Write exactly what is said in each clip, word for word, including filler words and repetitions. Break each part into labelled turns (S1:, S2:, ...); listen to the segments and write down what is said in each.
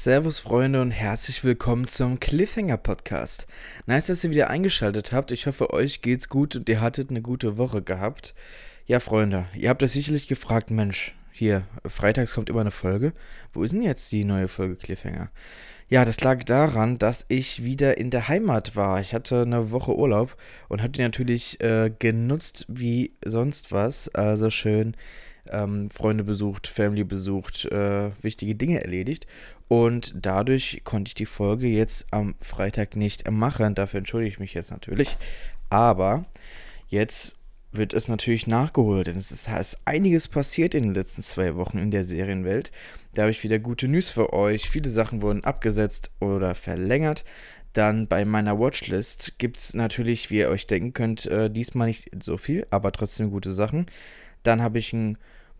S1: Servus Freunde und herzlich willkommen zum Cliffhanger Podcast. Nice, dass ihr wieder eingeschaltet habt. Ich hoffe, euch geht's gut und ihr hattet eine gute Woche gehabt. Ja, Freunde, ihr habt euch sicherlich gefragt, Mensch, hier, freitags kommt immer eine Folge. Wo ist denn jetzt die neue Folge Cliffhanger? Ja, das lag daran, dass ich wieder in der Heimat war. Ich hatte eine Woche Urlaub und habe die natürlich äh, genutzt wie sonst was. Also schön ähm, Freunde besucht, Family besucht, äh, wichtige Dinge erledigt. Und dadurch konnte ich die Folge jetzt am Freitag nicht machen. Dafür entschuldige ich mich jetzt natürlich. Aber jetzt wird es natürlich nachgeholt, denn es ist, es ist einiges passiert in den letzten zwei Wochen in der Serienwelt. Da habe ich wieder gute News für euch. Viele Sachen wurden abgesetzt oder verlängert. Dann bei meiner Watchlist gibt es natürlich, wie ihr euch denken könnt, äh, diesmal nicht so viel, aber trotzdem gute Sachen. Dann habe ich ein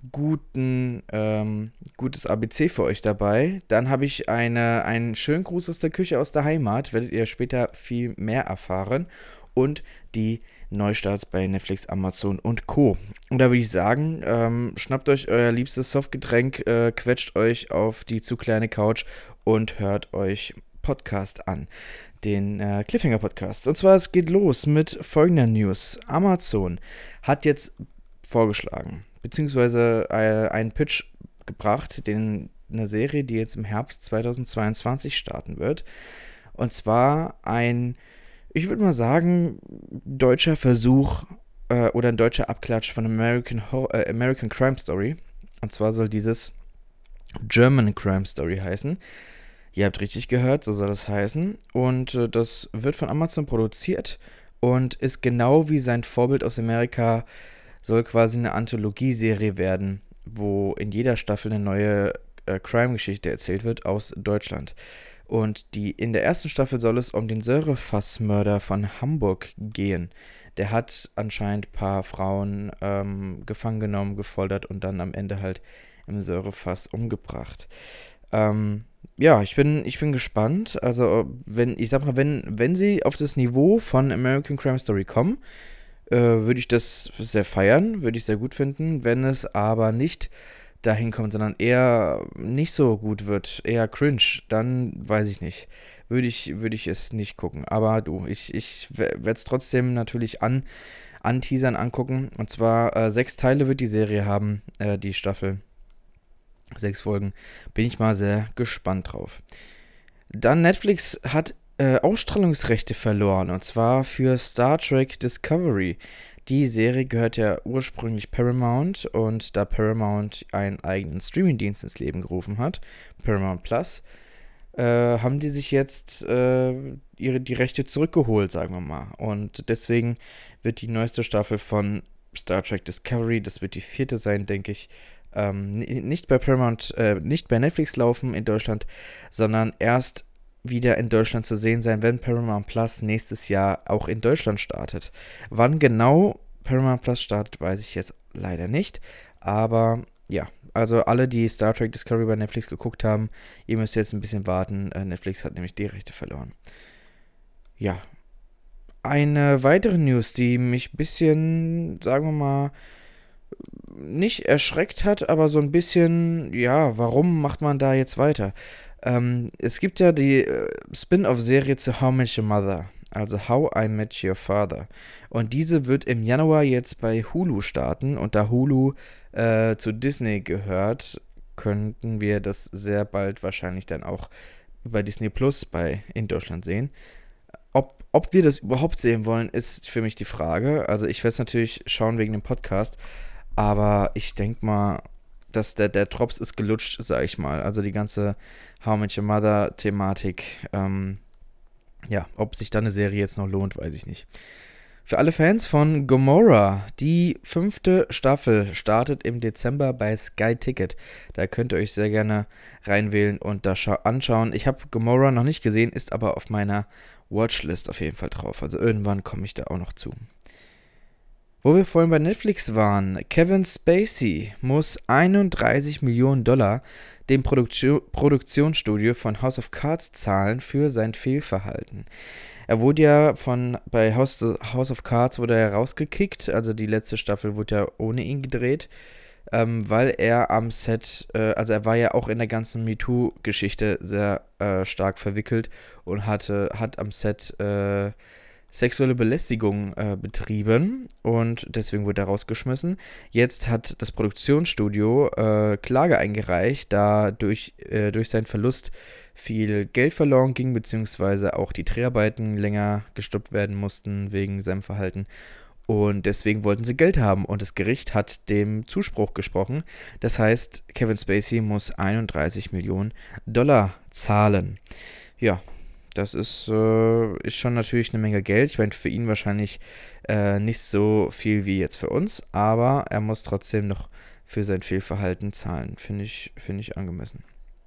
S1: guten, ähm, gutes A B C für euch dabei. Dann habe ich eine, einen schönen Gruß aus der Küche aus der Heimat, werdet ihr später viel mehr erfahren. Und die Neustarts bei Netflix, Amazon und Co. Und da würde ich sagen, ähm, schnappt euch euer liebstes Softgetränk, äh, quetscht euch auf die zu kleine Couch und hört euch Podcast an. Den äh, Cliffhanger-Podcast. Und zwar, es geht los mit folgender News. Amazon hat jetzt vorgeschlagen, beziehungsweise äh, einen Pitch gebracht, den, eine Serie, die jetzt im Herbst zweitausendzweiundzwanzig starten wird. Und zwar ein, ich würde mal sagen, deutscher Versuch äh, oder ein deutscher Abklatsch von American, Ho- äh, American Crime Story. Und zwar soll dieses German Crime Story heißen. Ihr habt richtig gehört, so soll das heißen. Und äh, das wird von Amazon produziert und ist genau wie sein Vorbild aus Amerika, soll quasi eine Anthologieserie werden, wo in jeder Staffel eine neue äh, Crime-Geschichte erzählt wird aus Deutschland. Und die, in der ersten Staffel soll es um den Säurefassmörder von Hamburg gehen. Der hat anscheinend ein paar Frauen ähm, gefangen genommen, gefoltert und dann am Ende halt im Säurefass umgebracht. Ähm, ja, ich bin, ich bin gespannt. Also, wenn, ich sag mal, wenn, wenn sie auf das Niveau von American Crime Story kommen, äh, würde ich das sehr feiern, würde ich sehr gut finden. Wenn es aber nicht dahin kommt, sondern eher nicht so gut wird, eher cringe, dann weiß ich nicht. Würde ich, würde ich es nicht gucken. Aber du, ich, ich werde es trotzdem natürlich an, anteasern, angucken. Und zwar äh, sechs Teile wird die Serie haben, äh, die Staffel. Sechs Folgen. Bin ich mal sehr gespannt drauf. Dann Netflix hat äh, Ausstrahlungsrechte verloren. Und zwar für Star Trek Discovery. Die Serie gehört ja ursprünglich Paramount. Und da Paramount einen eigenen Streamingdienst ins Leben gerufen hat, Paramount Plus, äh, haben die sich jetzt äh, ihre, die Rechte zurückgeholt, sagen wir mal. Und deswegen wird die neueste Staffel von Star Trek Discovery, das wird die vierte sein, denke ich, Ähm, nicht bei Paramount, äh, nicht bei Netflix laufen in Deutschland, sondern erst wieder in Deutschland zu sehen sein, wenn Paramount Plus nächstes Jahr auch in Deutschland startet. Wann genau Paramount Plus startet, weiß ich jetzt leider nicht, aber ja, also alle, die Star Trek Discovery bei Netflix geguckt haben, ihr müsst jetzt ein bisschen warten, äh, Netflix hat nämlich die Rechte verloren. Ja, eine weitere News, die mich ein bisschen, sagen wir mal, nicht erschreckt hat, aber so ein bisschen, ja, warum macht man da jetzt weiter? Ähm, es gibt ja die äh, Spin-off-Serie zu How I Met Your Mother, also How I Met Your Father. Und diese wird im Januar jetzt bei Hulu starten. Und da Hulu äh, zu Disney gehört, könnten wir das sehr bald wahrscheinlich dann auch bei Disney Plus bei, in Deutschland sehen. Ob, ob wir das überhaupt sehen wollen, ist für mich die Frage. Also ich werde es natürlich schauen wegen dem Podcast. Aber ich denke mal, dass der, der Drops ist gelutscht, sag ich mal. Also die ganze How I Met Your Mother-Thematik. Ähm, ja, ob sich da eine Serie jetzt noch lohnt, weiß ich nicht. Für alle Fans von Gomorrah, die fünfte Staffel startet im Dezember bei Sky Ticket. Da könnt ihr euch sehr gerne reinwählen und da scha- anschauen. Ich habe Gomorrah noch nicht gesehen, ist aber auf meiner Watchlist auf jeden Fall drauf. Also irgendwann komme ich da auch noch zu. Wo wir vorhin bei Netflix waren, Kevin Spacey muss einunddreißig Millionen Dollar dem Produktio- Produktionsstudio von House of Cards zahlen für sein Fehlverhalten. Er wurde ja von, bei House, House of Cards wurde er rausgekickt, also die letzte Staffel wurde ja ohne ihn gedreht. ähm, weil er am Set, äh, also er war ja auch in der ganzen MeToo-Geschichte sehr äh, stark verwickelt und hatte, hat am Set äh, sexuelle Belästigung äh, betrieben und deswegen wurde er rausgeschmissen. Jetzt hat das Produktionsstudio äh, Klage eingereicht, da durch, äh, durch seinen Verlust viel Geld verloren ging, beziehungsweise auch die Dreharbeiten länger gestoppt werden mussten wegen seinem Verhalten. Und deswegen wollten sie Geld haben und das Gericht hat dem Zuspruch gesprochen. Das heißt, Kevin Spacey muss einunddreißig Millionen Dollar zahlen. Ja, das ist, äh, ist schon natürlich eine Menge Geld. Ich meine, für ihn wahrscheinlich äh, nicht so viel wie jetzt für uns, aber er muss trotzdem noch für sein Fehlverhalten zahlen. Finde ich, finde ich angemessen.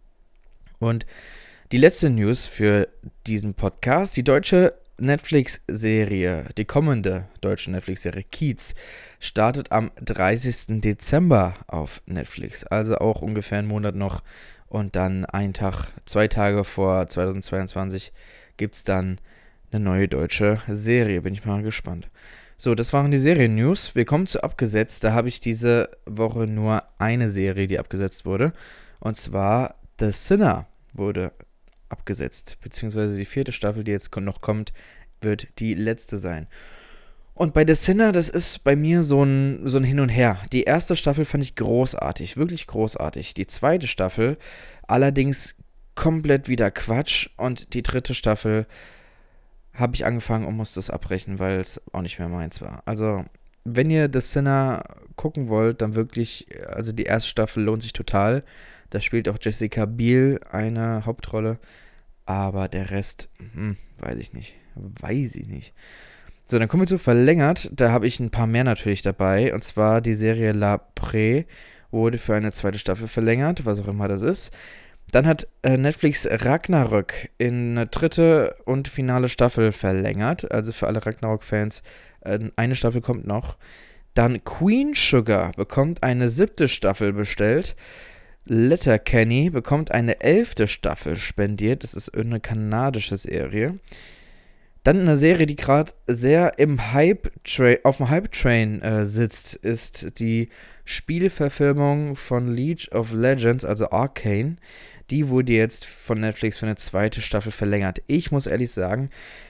S1: Und die letzte News für diesen Podcast, die deutsche Netflix-Serie, die kommende deutsche Netflix-Serie Kiez, startet am dreißigsten Dezember auf Netflix. Also auch ungefähr einen Monat noch. Und dann einen Tag, zwei Tage vor zweitausendzweiundzwanzig gibt es dann eine neue deutsche Serie. Bin ich mal gespannt. So, das waren die Serien-News. Wir kommen zu Abgesetzt. Da habe ich diese Woche nur eine Serie, die abgesetzt wurde. Und zwar The Sinner wurde abgesetzt. Beziehungsweise die vierte Staffel, die jetzt noch kommt, wird die letzte sein. Und bei The Sinner, das ist bei mir so ein, so ein Hin und Her. Die erste Staffel fand ich großartig, wirklich großartig. Die zweite Staffel allerdings komplett wieder Quatsch. Und die dritte Staffel habe ich angefangen und musste es abbrechen, weil es auch nicht mehr meins war. Also, wenn ihr The Sinner gucken wollt, dann wirklich, also die erste Staffel lohnt sich total. Da spielt auch Jessica Biel eine Hauptrolle. Aber der Rest, hm, weiß ich nicht. Weiß ich nicht. So, dann kommen wir zu Verlängert. Da habe ich ein paar mehr natürlich dabei. Und zwar die Serie La Pré wurde für eine zweite Staffel verlängert, was auch immer das ist. Dann hat äh, Netflix Ragnarök in eine dritte und finale Staffel verlängert. Also für alle Ragnarök-Fans, äh, eine Staffel kommt noch. Dann Queen Sugar bekommt eine siebte Staffel bestellt. Letterkenny bekommt eine elfte Staffel spendiert. Das ist eine kanadische Serie. Dann eine Serie, die gerade sehr im Hype auf dem Hype-Train äh, sitzt, ist die Spieleverfilmung von League of Legends, also Arcane. Die wurde jetzt von Netflix für eine zweite Staffel verlängert. Ich muss ehrlich sagen,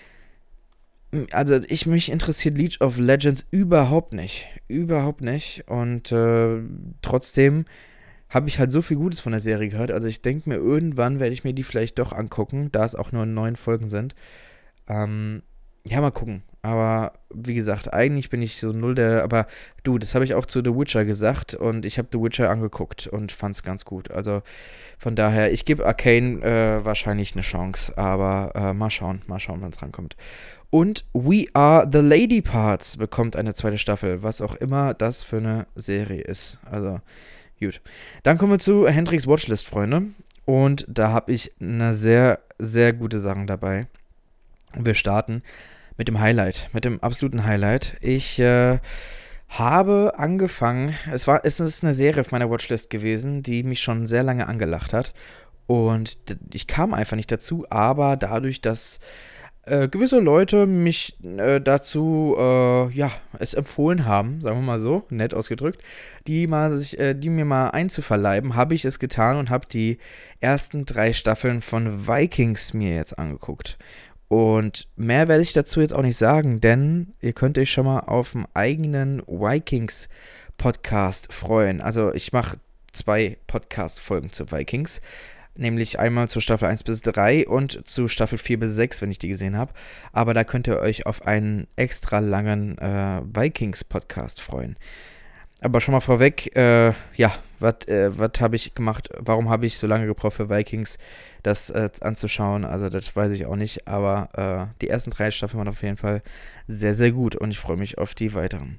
S1: also ich mich interessiert League of Legends überhaupt nicht. Überhaupt nicht. Und äh, trotzdem habe ich halt so viel Gutes von der Serie gehört. Also ich denke mir, irgendwann werde ich mir die vielleicht doch angucken, da es auch nur neun Folgen sind. Ähm, ja, mal gucken. Aber wie gesagt, eigentlich bin ich so null der, aber du, das habe ich auch zu The Witcher gesagt und ich habe The Witcher angeguckt und fand es ganz gut. Also von daher, ich gebe Arcane äh, wahrscheinlich eine Chance, aber äh, mal schauen, mal schauen, wann es rankommt. Und We Are the Lady Parts bekommt eine zweite Staffel, was auch immer das für eine Serie ist. Also gut. Dann kommen wir zu Hendrix Watchlist, Freunde. Und da habe ich eine sehr, sehr gute Sachen dabei. Wir starten mit dem Highlight, mit dem absoluten Highlight. Ich äh, habe angefangen, es war, es ist eine Serie auf meiner Watchlist gewesen, die mich schon sehr lange angelacht hat. Und d- ich kam einfach nicht dazu, aber dadurch, dass äh, gewisse Leute mich äh, dazu, äh, ja, es empfohlen haben, sagen wir mal so, nett ausgedrückt, die, mal sich, äh, die mir mal einzuverleiben, habe ich es getan und habe die ersten drei Staffeln von Vikings mir jetzt angeguckt. Und mehr werde ich dazu jetzt auch nicht sagen, denn ihr könnt euch schon mal auf einen eigenen Vikings-Podcast freuen. Also ich mache zwei Podcast-Folgen zu Vikings, nämlich einmal zu Staffel eins bis drei und zu Staffel vier bis sechs, wenn ich die gesehen habe. Aber da könnt ihr euch auf einen extra langen äh, Vikings-Podcast freuen. Aber schon mal vorweg, äh, ja, was äh, habe ich gemacht? Warum habe ich so lange gebraucht für Vikings, das äh, anzuschauen? Also das weiß ich auch nicht, aber äh, die ersten drei Staffeln waren auf jeden Fall sehr, sehr gut und ich freue mich auf die weiteren.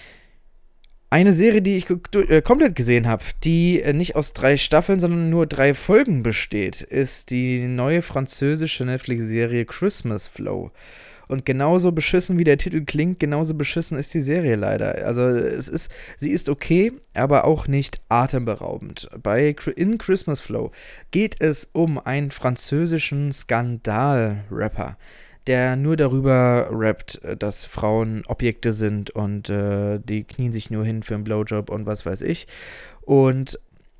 S1: Eine Serie, die ich äh, komplett gesehen habe, die äh, nicht aus drei Staffeln, sondern nur drei Folgen besteht, ist die neue französische Netflix-Serie Christmas Flow. Und genauso beschissen wie der Titel klingt, genauso beschissen ist die Serie leider. Also es ist, sie ist okay, aber auch nicht atemberaubend. Bei In Christmas Flow geht es um einen französischen Skandal-Rapper, der nur darüber rappt, äh, dass Frauen Objekte sind und äh, die knien sich nur hin für einen Blowjob und was weiß ich. Und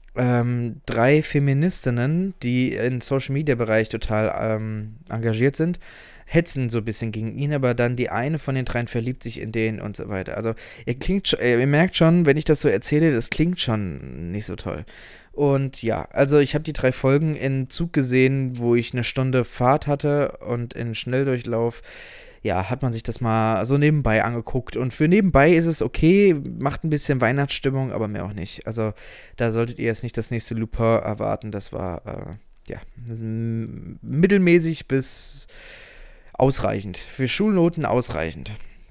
S1: ähm, drei Feministinnen, die im Social-Media-Bereich total ähm, engagiert sind, hetzen so ein bisschen gegen ihn, aber dann die eine von den dreien verliebt sich in den und so weiter. Also ihr klingt, sch- äh, ihr merkt schon, wenn ich das so erzähle, das klingt schon nicht so toll. Und ja, also ich habe die drei Folgen in Zug gesehen, wo ich eine Stunde Fahrt hatte und in Schnelldurchlauf, ja, hat man sich das mal so nebenbei angeguckt. Und für nebenbei ist es okay, macht ein bisschen Weihnachtsstimmung, aber mehr auch nicht. Also da solltet ihr jetzt nicht das nächste Lupin erwarten. Das war, äh, ja, m- mittelmäßig bis ausreichend. Für Schulnoten ausreichend.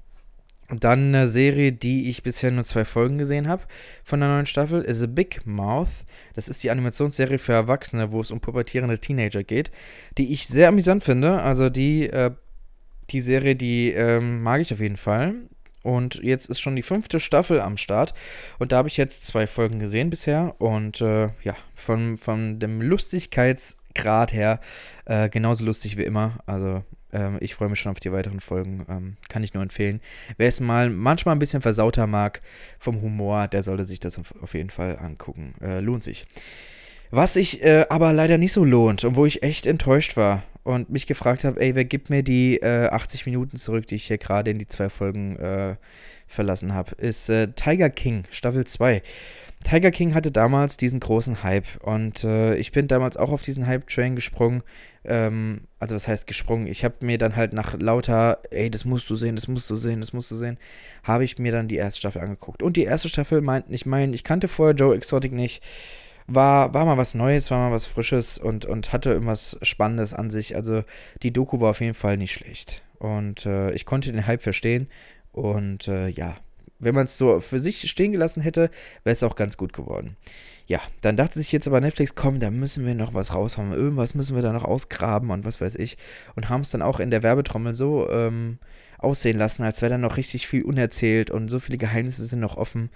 S1: Und dann eine Serie, die ich bisher nur zwei Folgen gesehen habe von der neuen Staffel, ist A Big Mouth. Das ist die Animationsserie für Erwachsene, wo es um pubertierende Teenager geht, die ich sehr amüsant finde. Also die, äh, die Serie, die ähm, mag ich auf jeden Fall. Und jetzt ist schon die fünfte Staffel am Start. Und da habe ich jetzt zwei Folgen gesehen bisher. Und äh, ja, von, von dem Lustigkeitsgrad her äh, genauso lustig wie immer. Also ähm, ich freue mich schon auf die weiteren Folgen. Ähm, kann ich nur empfehlen. Wer es mal manchmal ein bisschen versauter mag vom Humor, der sollte sich das auf, auf jeden Fall angucken. Äh, lohnt sich. Was sich äh, aber leider nicht so lohnt und wo ich echt enttäuscht war und mich gefragt habe, ey, wer gibt mir die äh, achtzig Minuten zurück, die ich hier gerade in die zwei Folgen äh, verlassen habe, ist äh, Tiger King, Staffel zwei. Tiger King hatte damals diesen großen Hype und äh, ich bin damals auch auf diesen Hype-Train gesprungen. Ähm, also was heißt gesprungen? Ich habe mir dann halt nach lauter, ey, das musst du sehen, das musst du sehen, das musst du sehen, habe ich mir dann die erste Staffel angeguckt. Und die erste Staffel meint, ich meine, ich kannte vorher Joe Exotic nicht. War, war mal was Neues, war mal was Frisches und, und hatte irgendwas Spannendes an sich. Also die Doku war auf jeden Fall nicht schlecht. Und äh, ich konnte den Hype verstehen. Und äh, ja, wenn man es so für sich stehen gelassen hätte, wäre es auch ganz gut geworden. Ja, dann dachte sich jetzt aber Netflix, komm, da müssen wir noch was raushauen. Irgendwas müssen wir da noch ausgraben und was weiß ich. Und haben es dann auch in der Werbetrommel so ähm, aussehen lassen, als wäre da noch richtig viel unerzählt und so viele Geheimnisse sind noch offen.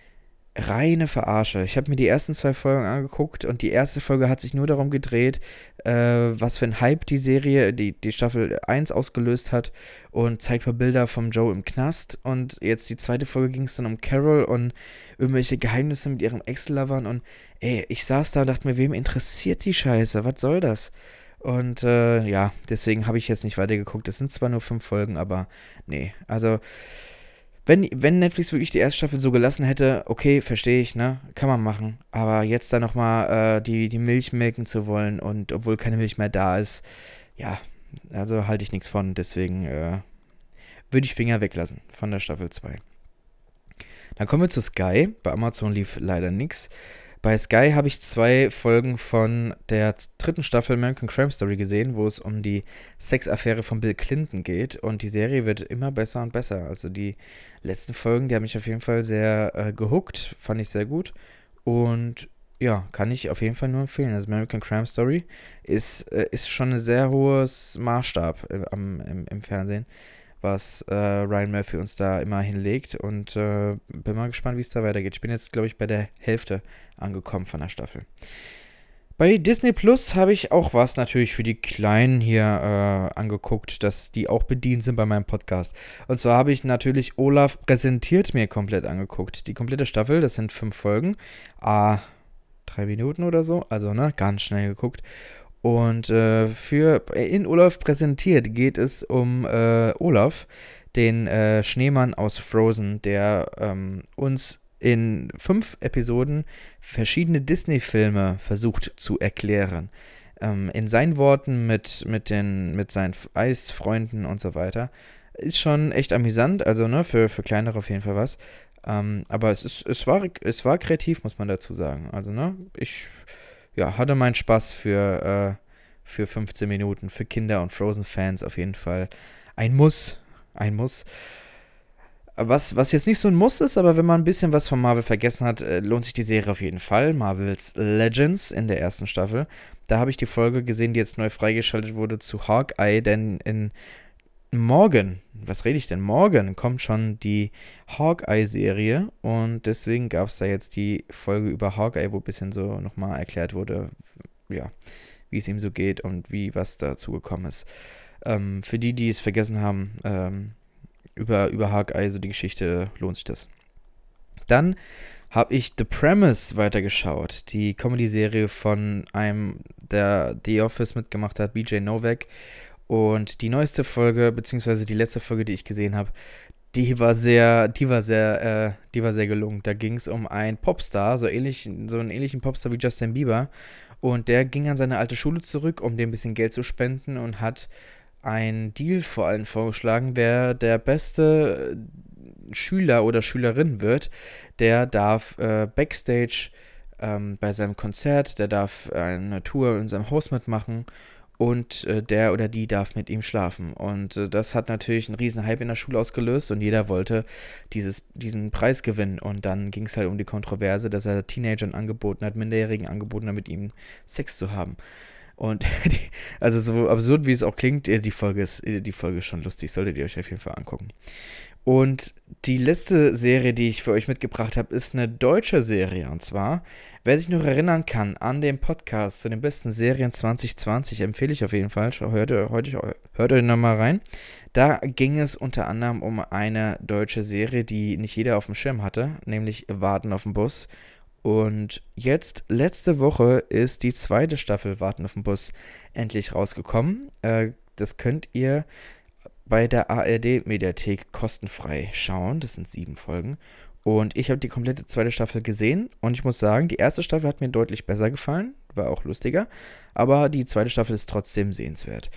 S1: Reine Verarsche. Ich habe mir die ersten zwei Folgen angeguckt und die erste Folge hat sich nur darum gedreht, äh, was für ein Hype die Serie, die, die Staffel eins ausgelöst hat und zeigt ein paar Bilder vom Joe im Knast und jetzt die zweite Folge ging es dann um Carol und irgendwelche Geheimnisse mit ihrem Ex-Lovern und ey, ich saß da und dachte mir, wem interessiert die Scheiße? Was soll das? Und äh, ja, deswegen habe ich jetzt nicht weitergeguckt. Es sind zwar nur fünf Folgen, aber nee, also wenn, wenn Netflix wirklich die erste Staffel so gelassen hätte, okay, verstehe ich, ne? Kann man machen. Aber jetzt da nochmal äh, die, die Milch melken zu wollen und obwohl keine Milch mehr da ist, ja, also halte ich nichts von. Deswegen äh, würde ich Finger weglassen von der Staffel zwei. Dann kommen wir zu Sky. Bei Amazon lief leider nichts. Bei Sky habe ich zwei Folgen von der dritten Staffel American Crime Story gesehen, wo es um die Sexaffäre von Bill Clinton geht. Und die Serie wird immer besser und besser. Also die letzten Folgen, die haben mich auf jeden Fall sehr äh, gehuckt. Fand ich sehr gut. Und ja, kann ich auf jeden Fall nur empfehlen. Also American Crime Story ist, äh, ist schon ein sehr hohes Maßstab äh, am, im, im Fernsehen, was äh, Ryan Murphy uns da immer hinlegt und äh, bin mal gespannt, wie es da weitergeht. Ich bin jetzt, glaube ich, bei der Hälfte angekommen von der Staffel. Bei Disney Plus habe ich auch was natürlich für die Kleinen hier äh, angeguckt, dass die auch bedient sind bei meinem Podcast. Und zwar habe ich natürlich Olaf präsentiert mir komplett angeguckt. Die komplette Staffel, das sind fünf Folgen, ah, drei Minuten oder so, also ne, ganz schnell geguckt. Und äh, für in Olaf präsentiert geht es um äh, Olaf, den äh, Schneemann aus Frozen, der ähm, uns in fünf Episoden verschiedene Disney-Filme versucht zu erklären. Ähm, in seinen Worten mit, mit, den, mit seinen Eisfreunden und so weiter. Ist schon echt amüsant, also ne, für, für Kleinere auf jeden Fall was. Ähm, aber es, ist, es, war, es war kreativ, muss man dazu sagen. Also ne, ich... Ja, hatte meinen Spaß für, äh, für fünfzehn Minuten. Für Kinder und Frozen-Fans auf jeden Fall ein Muss. Ein Muss. Was, was jetzt nicht so ein Muss ist, aber wenn man ein bisschen was von Marvel vergessen hat, äh, lohnt sich die Serie auf jeden Fall. Marvel's Legends in der ersten Staffel. Da habe ich die Folge gesehen, die jetzt neu freigeschaltet wurde zu Hawkeye, denn in morgen, was rede ich denn? Morgen kommt schon die Hawkeye-Serie und deswegen gab es da jetzt die Folge über Hawkeye, wo ein bisschen so nochmal erklärt wurde, ja, wie es ihm so geht und wie was dazu gekommen ist. Ähm, für die, die es vergessen haben, ähm, über, über Hawkeye, so die Geschichte, lohnt sich das. Dann habe ich The Premise weitergeschaut, die Comedy-Serie von einem, der The Office mitgemacht hat, B J Novak. Und die neueste Folge, beziehungsweise die letzte Folge, die ich gesehen habe, die war sehr, die war sehr, äh, die war sehr gelungen. Da ging es um einen Popstar, so ähnlich, so einen ähnlichen Popstar wie Justin Bieber. Und der ging an seine alte Schule zurück, um dem ein bisschen Geld zu spenden und hat einen Deal vor allem vorgeschlagen. Wer der beste Schüler oder Schülerin wird, der darf äh, Backstage ähm, bei seinem Konzert, der darf eine Tour in seinem Haus mitmachen und äh, der oder die darf mit ihm schlafen. Und äh, das hat natürlich einen riesen Hype in der Schule ausgelöst und jeder wollte dieses, diesen Preis gewinnen. Und dann ging es halt um die Kontroverse, dass er Teenagern angeboten hat, Minderjährigen angeboten hat, mit ihm Sex zu haben. Und die, also so absurd wie es auch klingt, die Folge ist, die Folge ist schon lustig, solltet ihr euch auf jeden Fall angucken. Und die letzte Serie, die ich für euch mitgebracht habe, ist eine deutsche Serie. Und zwar, wer sich noch erinnern kann an den Podcast zu den besten Serien zwanzig zwanzig, empfehle ich auf jeden Fall. Hört, hört, hört euch nochmal rein. Da ging es unter anderem um eine deutsche Serie, die nicht jeder auf dem Schirm hatte, nämlich Warten auf den Bus. Und jetzt, letzte Woche, ist die zweite Staffel Warten auf den Bus endlich rausgekommen. Äh, das könnt ihr bei der A R D-Mediathek kostenfrei schauen. Das sind sieben Folgen. Und ich habe die komplette zweite Staffel gesehen. Und ich muss sagen, die erste Staffel hat mir deutlich besser gefallen. War auch lustiger. Aber die zweite Staffel ist trotzdem sehenswert.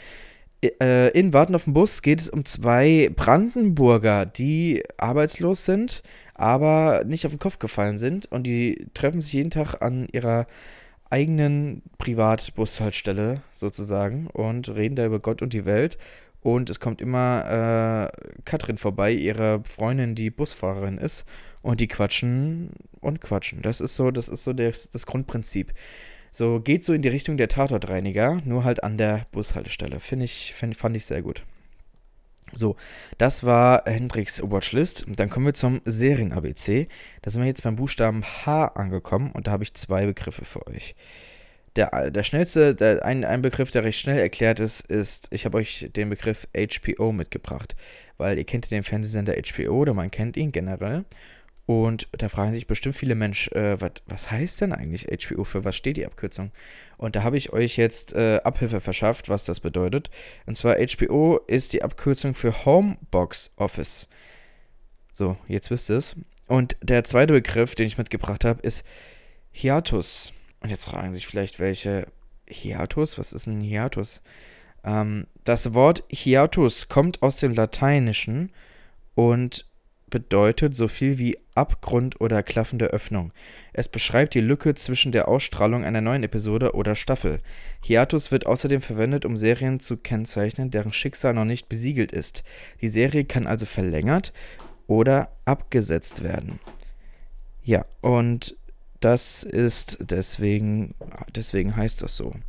S1: In Warten auf den Bus geht es um zwei Brandenburger, die arbeitslos sind, aber nicht auf den Kopf gefallen sind. Und die treffen sich jeden Tag an ihrer eigenen Privatbushaltestelle sozusagen und reden da über Gott und die Welt. Und es kommt immer äh, Katrin vorbei, ihre Freundin, die Busfahrerin ist. Und die quatschen und quatschen. Das ist so, das ist so das, das Grundprinzip. So, geht so in die Richtung der Tatortreiniger, nur halt an der Bushaltestelle. Finde ich, find, fand ich sehr gut. So, das war Hendricks Watchlist. Dann kommen wir zum Serien-A B C. Da sind wir jetzt beim Buchstaben H angekommen und da habe ich zwei Begriffe für euch. Der, der schnellste, der, ein, ein Begriff, der recht schnell erklärt ist, ist, ich habe euch den Begriff H B O mitgebracht, weil ihr kennt den Fernsehsender H B O oder man kennt ihn generell. Und da fragen sich bestimmt viele Menschen, äh, wat, was heißt denn eigentlich H B O, für was steht die Abkürzung? Und da habe ich euch jetzt äh, Abhilfe verschafft, was das bedeutet. Und zwar H B O ist die Abkürzung für Home Box Office. So, jetzt wisst ihr es. Und der zweite Begriff, den ich mitgebracht habe, ist Hiatus. Und jetzt fragen sich vielleicht welche, Hiatus? Was ist ein Hiatus? Ähm, das Wort Hiatus kommt aus dem Lateinischen und bedeutet so viel wie Abgrund oder klaffende Öffnung. Es beschreibt die Lücke zwischen der Ausstrahlung einer neuen Episode oder Staffel. Hiatus wird außerdem verwendet, um Serien zu kennzeichnen, deren Schicksal noch nicht besiegelt ist. Die Serie kann also verlängert oder abgesetzt werden. Ja, und das ist deswegen, deswegen heißt das so.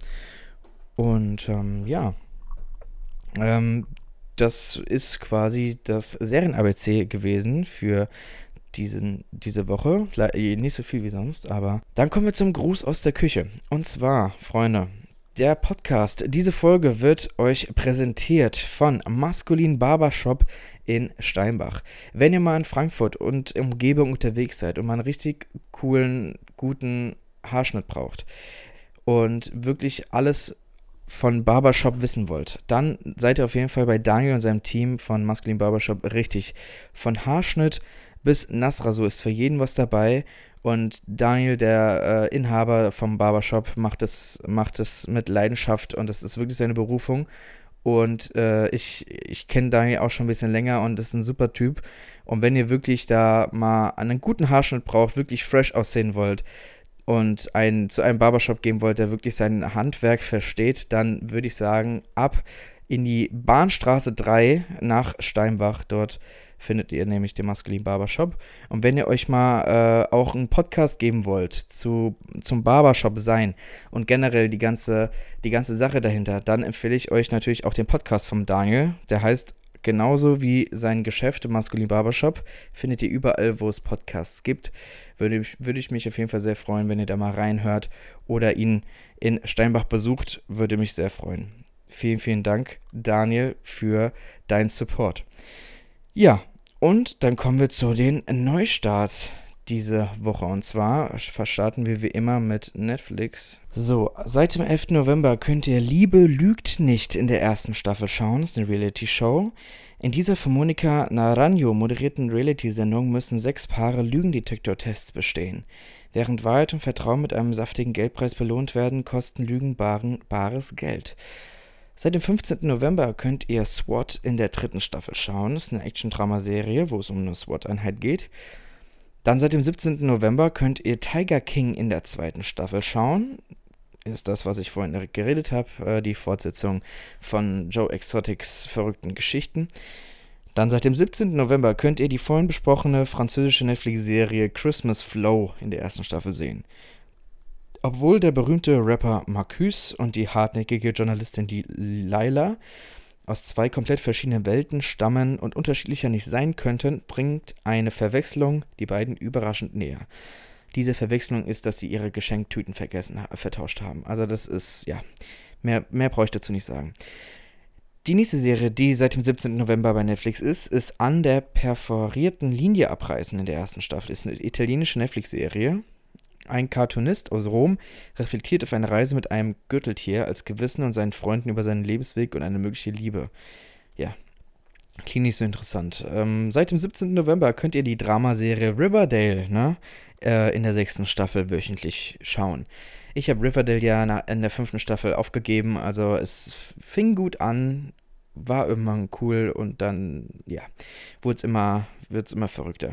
S1: Und ähm, ja, ähm, das ist quasi das Serien-A B C gewesen für diesen, diese Woche. Nicht so viel wie sonst, aber dann kommen wir zum Gruß aus der Küche. Und zwar, Freunde, der Podcast, diese Folge wird euch präsentiert von Maskulin Barbershop in Steinbach. Wenn ihr mal in Frankfurt und Umgebung unterwegs seid und mal einen richtig coolen, guten Haarschnitt braucht und wirklich alles von Barbershop wissen wollt, dann seid ihr auf jeden Fall bei Daniel und seinem Team von Maskulin Barbershop richtig. Von Haarschnitt bis Nassrasur ist für jeden was dabei. Und Daniel, der äh, Inhaber vom Barbershop, macht es macht es mit Leidenschaft und das ist wirklich seine Berufung. Und äh, ich, ich kenne Daniel auch schon ein bisschen länger und ist ein super Typ. Und wenn ihr wirklich da mal einen guten Haarschnitt braucht, wirklich fresh aussehen wollt und ein, zu einem Barbershop gehen wollt, der wirklich sein Handwerk versteht, dann würde ich sagen, ab in die Bahnstraße drei nach Steinbach. Dort findet ihr nämlich den Maskulin Barbershop. Und wenn ihr euch mal äh, auch einen Podcast geben wollt zu, zum Barbershop sein und generell die ganze, die ganze Sache dahinter, dann empfehle ich euch natürlich auch den Podcast vom Daniel. Der heißt genauso wie sein Geschäft Maskulin Barbershop. Findet ihr überall, wo es Podcasts gibt. Würde, würde ich mich auf jeden Fall sehr freuen, wenn ihr da mal reinhört oder ihn in Steinbach besucht. Würde mich sehr freuen. Vielen, vielen Dank, Daniel, für deinen Support. Ja, und dann kommen wir zu den Neustarts diese Woche. Und zwar starten wir wie immer mit Netflix. So, seit dem elften November könnt ihr Liebe lügt nicht in der ersten Staffel schauen. Das ist eine Reality-Show. In dieser von Monica Naranjo moderierten Reality-Sendung müssen sechs Paare Lügendetektor-Tests bestehen. Während Wahrheit und Vertrauen mit einem saftigen Geldpreis belohnt werden, kosten Lügen baren, bares Geld. Seit dem fünfzehnten November könnt ihr SWAT in der dritten Staffel schauen. Das ist eine Action-Drama-Serie, wo es um eine SWAT-Einheit geht. Dann seit dem siebzehnten November könnt ihr Tiger King in der zweiten Staffel schauen. Ist das, was ich vorhin geredet habe, die Fortsetzung von Joe Exotics verrückten Geschichten. Dann seit dem siebzehnten November könnt ihr die vorhin besprochene französische Netflix-Serie Christmas Flow in der ersten Staffel sehen. Obwohl der berühmte Rapper Marcus und die hartnäckige Journalistin die Laila aus zwei komplett verschiedenen Welten stammen und unterschiedlicher nicht sein könnten, bringt eine Verwechslung die beiden überraschend näher. Diese Verwechslung ist, dass sie ihre Geschenktüten vergessen, vertauscht haben. Also das ist, ja, mehr, mehr brauche ich dazu nicht sagen. Die nächste Serie, die seit dem siebzehnten November bei Netflix ist, ist An der perforierten Linie abreißen in der ersten Staffel. Das ist eine italienische Netflix-Serie. Ein Cartoonist aus Rom reflektiert auf eine Reise mit einem Gürteltier als Gewissen und seinen Freunden über seinen Lebensweg und eine mögliche Liebe. Ja, klingt nicht so interessant. Ähm, seit dem siebzehnten November könnt ihr die Dramaserie Riverdale, ne, äh, in der sechsten Staffel wöchentlich schauen. Ich habe Riverdale ja na, in der fünften Staffel aufgegeben, also es fing gut an, war irgendwann cool und dann, ja, wurde es immer, wird's immer verrückter.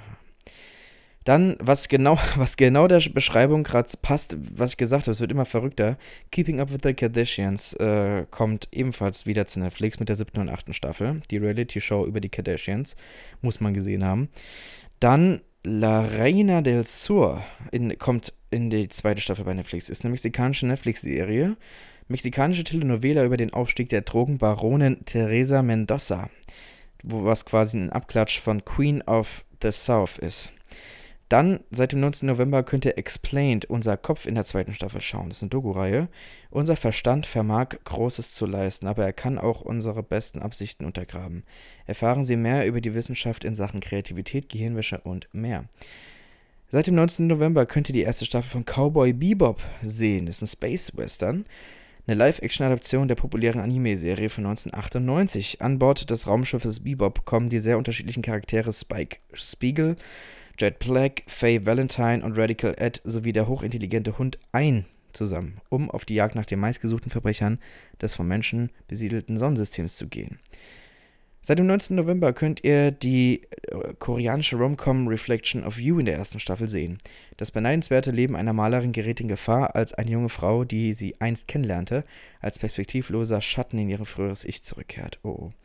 S1: Dann, was genau, was genau der Beschreibung gerade passt, was ich gesagt habe, es wird immer verrückter. Keeping Up with the Kardashians äh, kommt ebenfalls wieder zu Netflix mit der siebten und achten Staffel. Die Reality-Show über die Kardashians, muss man gesehen haben. Dann La Reina del Sur in, kommt in die zweite Staffel bei Netflix. Ist eine mexikanische Netflix-Serie. Mexikanische Telenovela über den Aufstieg der Drogenbaronin Teresa Mendoza, wo was quasi ein Abklatsch von Queen of the South ist. Dann, seit dem neunzehnten November, könnt ihr Explained, unser Kopf in der zweiten Staffel schauen. Das ist eine Doku-Reihe. Unser Verstand vermag Großes zu leisten, aber er kann auch unsere besten Absichten untergraben. Erfahren Sie mehr über die Wissenschaft in Sachen Kreativität, Gehirnwäsche und mehr. Seit dem neunzehnten November könnt ihr die erste Staffel von Cowboy Bebop sehen. Das ist ein Space-Western. Eine Live-Action-Adaption der populären Anime-Serie von neunzehnhundertachtundneunzig. An Bord des Raumschiffes Bebop kommen die sehr unterschiedlichen Charaktere Spike Spiegel, Jet Black, Faye Valentine und Radical Ed sowie der hochintelligente Hund Ein zusammen, um auf die Jagd nach den meistgesuchten Verbrechern des von Menschen besiedelten Sonnensystems zu gehen. Seit dem neunzehnten November könnt ihr die äh, koreanische Rom-Com Reflection of You in der ersten Staffel sehen. Das beneidenswerte Leben einer Malerin gerät in Gefahr, als eine junge Frau, die sie einst kennenlernte, als perspektivloser Schatten in ihr früheres Ich zurückkehrt. Oh oh.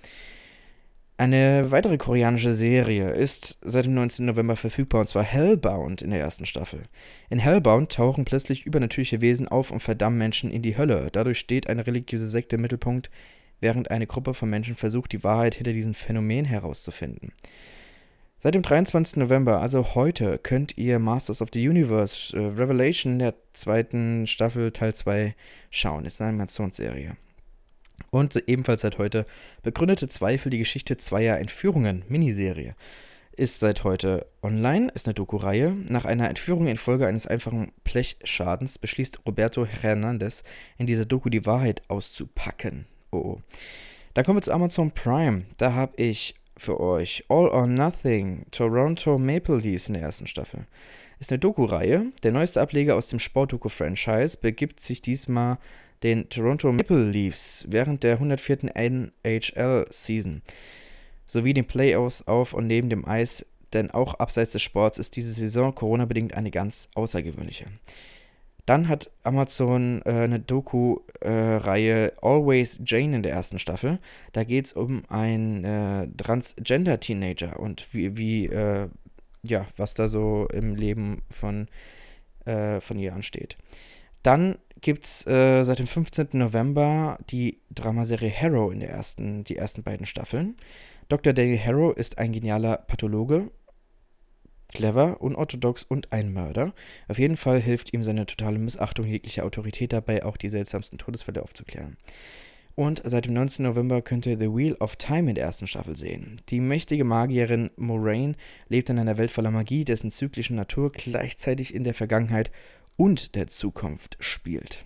S1: Eine weitere koreanische Serie ist seit dem neunzehnten November verfügbar, und zwar Hellbound in der ersten Staffel. In Hellbound tauchen plötzlich übernatürliche Wesen auf und verdammen Menschen in die Hölle. Dadurch steht eine religiöse Sekte im Mittelpunkt, während eine Gruppe von Menschen versucht, die Wahrheit hinter diesem Phänomen herauszufinden. Seit dem dreiundzwanzigsten November, also heute, könnt ihr Masters of the Universe äh, Revelation der zweiten Staffel Teil zwei schauen. Ist eine Animationsserie. Und ebenfalls seit heute Begründete Zweifel, die Geschichte zweier Entführungen, Miniserie. Ist seit heute online, ist eine Doku-Reihe. Nach einer Entführung infolge eines einfachen Blechschadens beschließt Roberto Hernandez, in dieser Doku die Wahrheit auszupacken. Oh, oh. Dann kommen wir zu Amazon Prime. Da habe ich für euch All or Nothing, Toronto Maple Leafs in der ersten Staffel. Ist eine Doku-Reihe. Der neueste Ableger aus dem Sportdoku-Franchise begibt sich diesmal den Toronto Maple Leafs während der hundertvierten N H L-Season sowie den Playoffs auf und neben dem Eis, denn auch abseits des Sports ist diese Saison Corona-bedingt eine ganz außergewöhnliche. Dann hat Amazon äh, eine Doku-Reihe äh, Always Jane in der ersten Staffel. Da geht es um einen äh, Transgender-Teenager und wie, wie äh, ja, was da so im Leben von, äh, von ihr ansteht. Dann gibt es äh, seit dem fünfzehnten November die Dramaserie Harrow in der ersten, die ersten beiden Staffeln. Doktor Daniel Harrow ist ein genialer Pathologe, clever, unorthodox und ein Mörder. Auf jeden Fall hilft ihm seine totale Missachtung jeglicher Autorität dabei, auch die seltsamsten Todesfälle aufzuklären. Und seit dem neunzehnten November könnt ihr The Wheel of Time in der ersten Staffel sehen. Die mächtige Magierin Moraine lebt in einer Welt voller Magie, dessen zyklische Natur gleichzeitig in der Vergangenheit und der Zukunft spielt.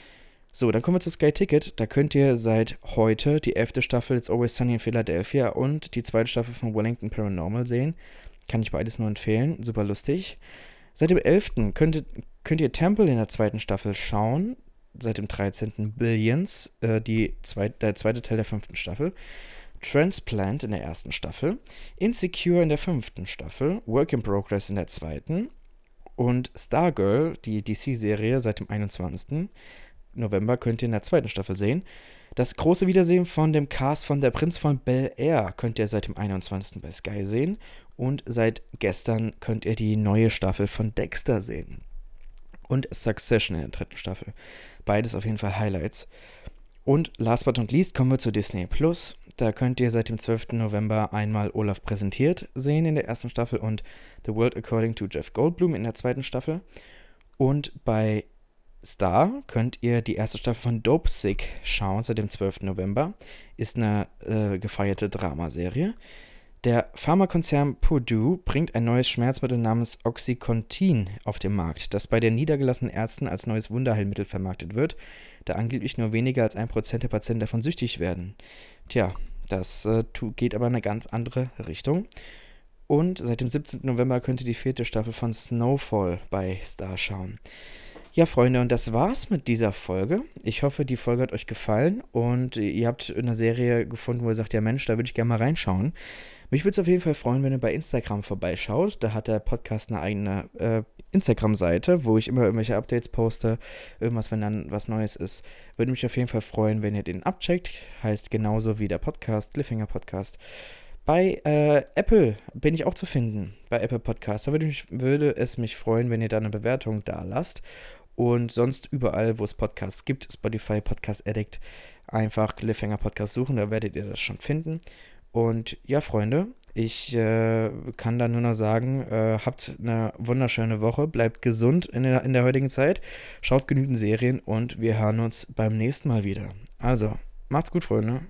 S1: So, dann kommen wir zu Sky Ticket. Da könnt ihr seit heute die elfte Staffel It's Always Sunny in Philadelphia und die zweite Staffel von Wellington Paranormal sehen. Kann ich beides nur empfehlen. Super lustig. Seit dem elften könnt, könnt ihr Temple in der zweiten Staffel schauen. Seit dem dreizehnten Billions, äh, die zweit, der zweite Teil der fünften Staffel. Transplant in der ersten Staffel. Insecure in der fünften Staffel. Work in Progress in der zweiten. Und Stargirl, die D C-Serie, seit dem einundzwanzigsten November könnt ihr in der zweiten Staffel sehen. Das große Wiedersehen von dem Cast von Der Prinz von Bel-Air könnt ihr seit dem einundzwanzigsten bei Sky sehen. Und seit gestern könnt ihr die neue Staffel von Dexter sehen. Und Succession in der dritten Staffel. Beides auf jeden Fall Highlights. Und last but not least kommen wir zu Disney Plus. Da könnt ihr seit dem zwölften November einmal Olaf präsentiert sehen in der ersten Staffel und The World According to Jeff Goldblum in der zweiten Staffel. Und bei Star könnt ihr die erste Staffel von Dopesick schauen seit dem zwölften November. Ist eine äh, gefeierte Dramaserie. Der Pharmakonzern Purdue bringt ein neues Schmerzmittel namens Oxycontin auf den Markt, das bei den niedergelassenen Ärzten als neues Wunderheilmittel vermarktet wird, da angeblich nur weniger als ein Prozent der Patienten davon süchtig werden. Tja, das äh, geht aber in eine ganz andere Richtung. Und seit dem siebzehnten November könnt ihr die vierte Staffel von Snowfall bei Star schauen. Ja, Freunde, und das war's mit dieser Folge. Ich hoffe, die Folge hat euch gefallen und ihr habt eine Serie gefunden, wo ihr sagt, ja Mensch, da würde ich gerne mal reinschauen. Mich würde es auf jeden Fall freuen, wenn ihr bei Instagram vorbeischaut. Da hat der Podcast eine eigene äh, Instagram-Seite, wo ich immer irgendwelche Updates poste, irgendwas, wenn dann was Neues ist. Würde mich auf jeden Fall freuen, wenn ihr den abcheckt. Heißt genauso wie der Podcast, Cliffhanger Podcast. Bei äh, Apple bin ich auch zu finden, bei Apple Podcasts. Da würde, mich, würde es mich freuen, wenn ihr da eine Bewertung da lasst. Und sonst überall, wo es Podcasts gibt, Spotify, Podcast Addict, einfach Cliffhanger Podcast suchen, da werdet ihr das schon finden. Und ja, Freunde, ich äh, kann da nur noch sagen, äh, habt eine wunderschöne Woche, bleibt gesund in der, in der heutigen Zeit, schaut genügend Serien und wir hören uns beim nächsten Mal wieder. Also, macht's gut, Freunde.